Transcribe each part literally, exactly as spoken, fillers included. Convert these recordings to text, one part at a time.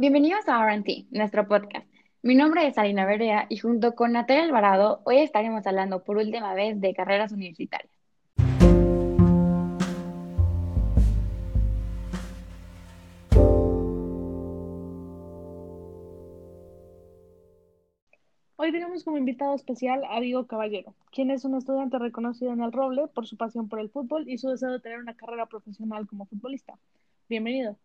Bienvenidos a R and T, nuestro podcast. Mi nombre es Alina Berea y junto con Natalia Alvarado, hoy estaremos hablando por última vez de carreras universitarias. Hoy tenemos como invitado especial a Diego Caballero, quien es un estudiante reconocido en el Roble por su pasión por el fútbol y su deseo de tener una carrera profesional como futbolista. Bienvenido.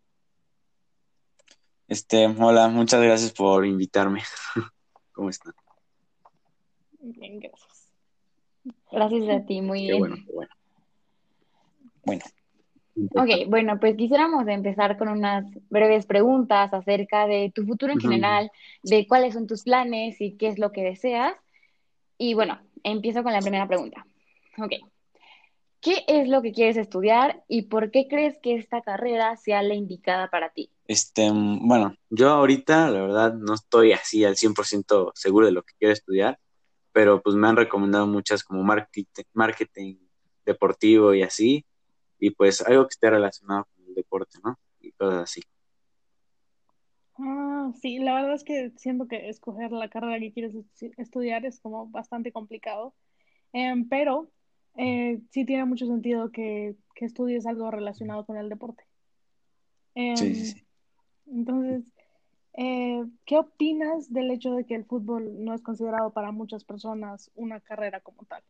Este, hola, muchas gracias por invitarme. ¿Cómo están? Bien, gracias. Gracias a ti, muy Qué bueno, bien. qué bueno. Bueno, Ok, empezamos. bueno, pues quisiéramos empezar con unas breves preguntas acerca de tu futuro en Ujú. general, de cuáles son tus planes y qué es lo que deseas. Y bueno, empiezo con la primera pregunta. Ok, ¿qué es lo que quieres estudiar y por qué crees que esta carrera sea la indicada para ti? Este, mm, bueno, yo ahorita, la verdad, no estoy así al cien por ciento seguro de lo que quiero estudiar, pero pues me han recomendado muchas como marketing, marketing deportivo y así, y pues algo que esté relacionado con el deporte, ¿no? Y cosas así. Ah, sí, la verdad es que siento que escoger la carrera que quieres estu- estudiar es como bastante complicado. Em, pero eh, sí tiene mucho sentido que, que estudies algo relacionado con el deporte. Sí, sí, Em, sí. entonces, Eh, ¿qué opinas del hecho de que el fútbol no es considerado para muchas personas una carrera como tal?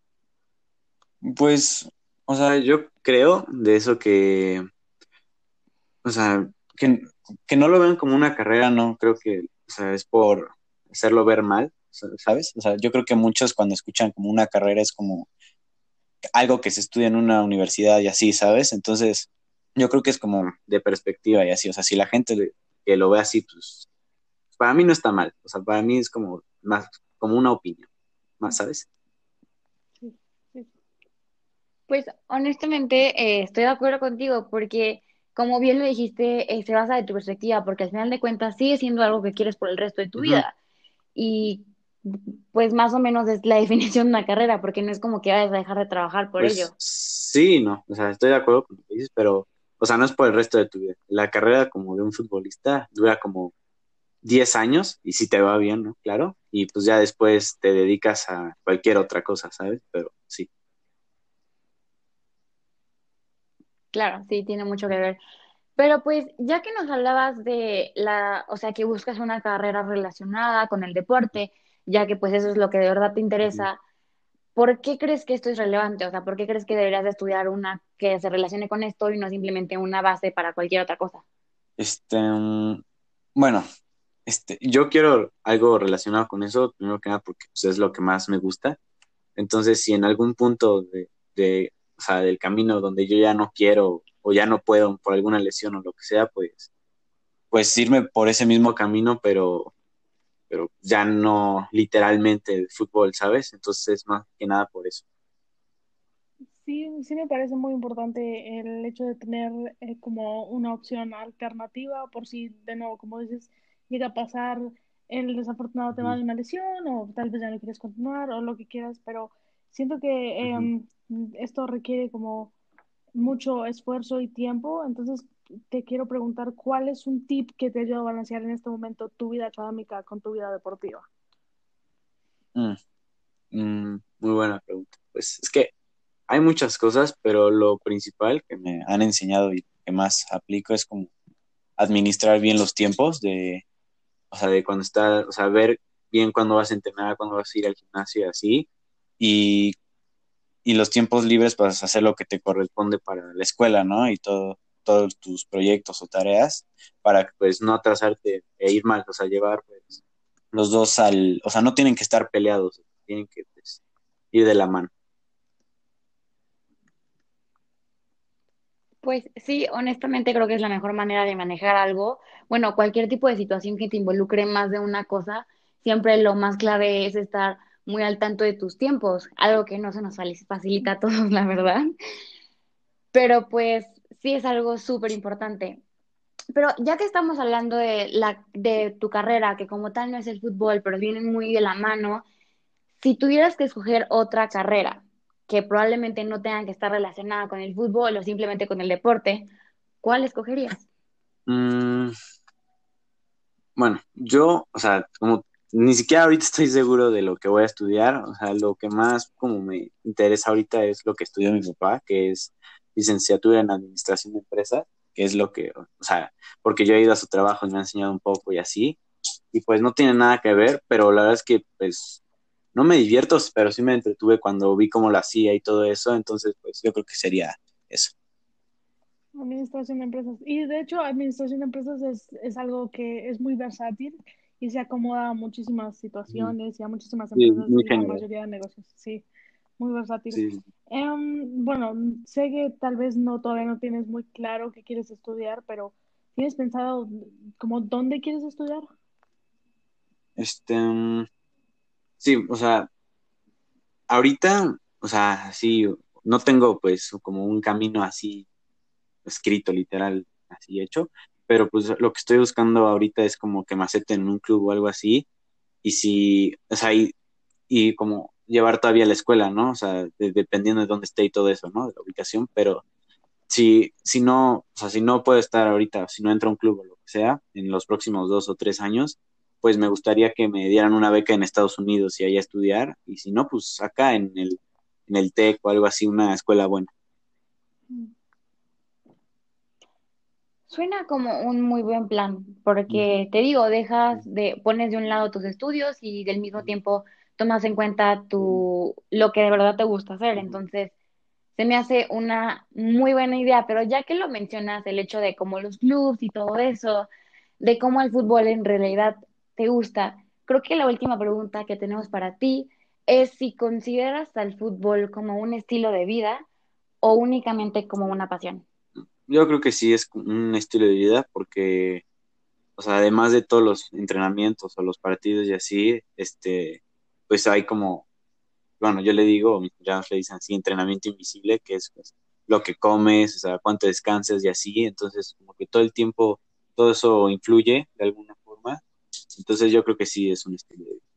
Pues, o sea, yo creo de eso que o sea, que, que no lo vean como una carrera, no creo que, o sea, es por hacerlo ver mal, ¿sabes? O sea, yo creo que muchos cuando escuchan como una carrera es como algo que se estudia en una universidad y así, ¿sabes? Entonces, yo creo que es como de perspectiva y así, o sea, si la gente le- que lo ve así, pues, para mí no está mal, o sea, para mí es como más, como una opinión, más, ¿sabes? Sí, sí, Pues honestamente eh, estoy de acuerdo contigo porque como bien lo dijiste, eh, se basa de tu perspectiva porque al final de cuentas sigue siendo algo que quieres por el resto de tu Ujú. vida y pues más o menos es la definición de una carrera porque no es como que vayas a dejar de trabajar por Pues ello. sí, no, o sea, estoy de acuerdo con lo que dices, pero, o sea, no es por el resto de tu vida. La carrera como de un futbolista dura como diez años y si te va bien, ¿no? Claro. Y pues ya después te dedicas a cualquier otra cosa, ¿sabes? Pero sí. Claro, sí, tiene mucho que ver. Pero pues ya que nos hablabas de la, o sea, que buscas una carrera relacionada con el deporte, ya que pues eso es lo que de verdad te Ujú. interesa. ¿Por qué crees que esto es relevante? O sea, ¿por qué crees que deberías de estudiar una que se relacione con esto y no simplemente una base para cualquier otra cosa? Este, mm, bueno, este, yo quiero algo relacionado con eso, primero que nada, porque pues, es lo que más me gusta. Entonces, si en algún punto de, de, o sea, del camino donde yo ya no quiero o ya no puedo por alguna lesión o lo que sea, pues, pues irme por ese mismo camino, pero pero ya no literalmente el fútbol, ¿sabes? Entonces es más que nada por eso. sí, sí me parece muy importante el hecho de tener eh, como una opción alternativa por si, de nuevo, como dices, llega a pasar el desafortunado tema Ujú, de una lesión o tal vez ya no quieres continuar o lo que quieras, pero siento que ujú. em, esto requiere como mucho esfuerzo y tiempo. Entonces, te quiero preguntar, ¿cuál es un tip que te ayuda a balancear en este momento tu vida académica con tu vida deportiva? Mm, mm, muy buena pregunta. Pues es que hay muchas cosas, pero lo principal que me han enseñado y que más aplico es como administrar bien los tiempos de, o sea, de cuando está, o sea, ver bien cuándo vas a entrenar, cuándo vas a ir al gimnasio y así, y, y los tiempos libres para hacer lo que te corresponde para la escuela, ¿no? Y todo, todos tus proyectos o tareas, para pues no atrasarte e ir mal, o sea, llevar pues los dos al, o sea, no tienen que estar peleados, tienen que pues, ir de la mano. Pues sí, honestamente creo que es la mejor manera de manejar algo. Bueno, cualquier tipo de situación que te involucre más de una cosa, siempre lo más clave es estar muy al tanto de tus tiempos, algo que no se nos fali- facilita a todos, la verdad. Pero pues sí es algo súper importante. Pero ya que estamos hablando de la de tu carrera, que como tal no es el fútbol, pero vienen muy de la mano, si tuvieras que escoger otra carrera que probablemente no tenga que estar relacionada con el fútbol o simplemente con el deporte, ¿cuál escogerías? Mm, Bueno, yo, o sea, como ni siquiera ahorita estoy seguro de lo que voy a estudiar, o sea, lo que más como me interesa ahorita es lo que estudió mi papá, que es licenciatura en administración de empresas, que es lo que, o sea, porque yo he ido a su trabajo y me ha enseñado un poco y así, y pues no tiene nada que ver, pero la verdad es que pues no me divierto, pero sí me entretuve cuando vi cómo lo hacía y todo eso, entonces pues yo creo que sería eso. Administración de empresas. Y de hecho, administración de empresas es, es algo que es muy versátil y se acomoda a muchísimas Ujú. situaciones y a muchísimas Sí, empresas muy y la general. mayoría de negocios. Sí, muy versátil. Sí. Em, bueno, sé que tal vez no todavía no tienes muy claro qué quieres estudiar, pero ¿tienes pensado como dónde quieres estudiar? Este, mm, sí, o sea, ahorita, o sea, sí, no tengo pues como un camino así escrito, literal, así hecho, pero pues lo que estoy buscando ahorita es como que me acepten en un club o algo así, y si, o sea, y, y como llevar todavía la escuela, ¿no? O sea, de- dependiendo de dónde esté y todo eso, ¿no? De la ubicación, pero si, si no, o sea, si no puedo estar ahorita, si no entro a un club o lo que sea, en los próximos dos o tres años, pues me gustaría que me dieran una beca en Estados Unidos y allá estudiar, y si no, pues acá en el, en el TEC o algo así, una escuela buena. Suena como un muy buen plan, porque te digo, dejas de, pones de un lado tus estudios y del mismo tiempo tomas en cuenta tu, lo que de verdad te gusta hacer. Entonces, se me hace una muy buena idea, pero ya que lo mencionas, el hecho de cómo los clubs y todo eso, de cómo el fútbol en realidad te gusta, creo que la última pregunta que tenemos para ti es si consideras al fútbol como un estilo de vida o únicamente como una pasión. Yo creo que sí es un estilo de vida porque, o sea, además de todos los entrenamientos o los partidos y así, este, pues hay como, bueno, yo le digo, o mis compañeros le dicen así, entrenamiento invisible, que es pues, lo que comes, o sea, cuánto descansas y así, entonces como que todo el tiempo, todo eso influye de alguna forma, entonces yo creo que sí es un estilo de vida.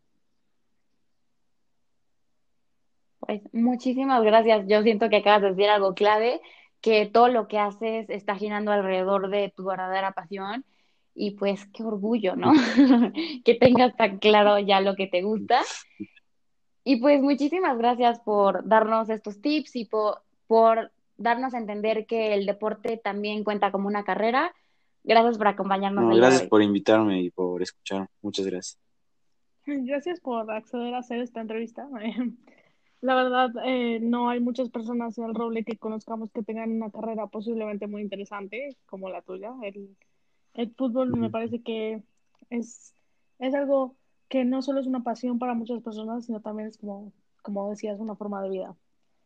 Pues muchísimas gracias. Yo siento que acabas de decir algo clave, que todo lo que haces está girando alrededor de tu verdadera pasión y pues qué orgullo, ¿no? Que tengas tan claro ya lo que te gusta. Y pues muchísimas gracias por darnos estos tips y por, por darnos a entender que el deporte también cuenta como una carrera. Gracias por acompañarnos No, el día de gracias hoy. por invitarme y por escuchar, muchas gracias. Gracias por acceder a hacer esta entrevista. La verdad, eh, no hay muchas personas en el roble que conozcamos que tengan una carrera posiblemente muy interesante como la tuya. El, el fútbol me Ujú. parece que es, es algo que no solo es una pasión para muchas personas, sino también es como, como decías, una forma de vida.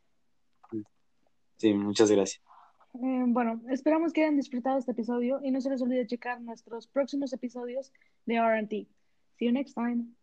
Sí, muchas gracias. Eh, bueno, esperamos que hayan disfrutado este episodio y no se les olvide checar nuestros próximos episodios de R and T. See you next time.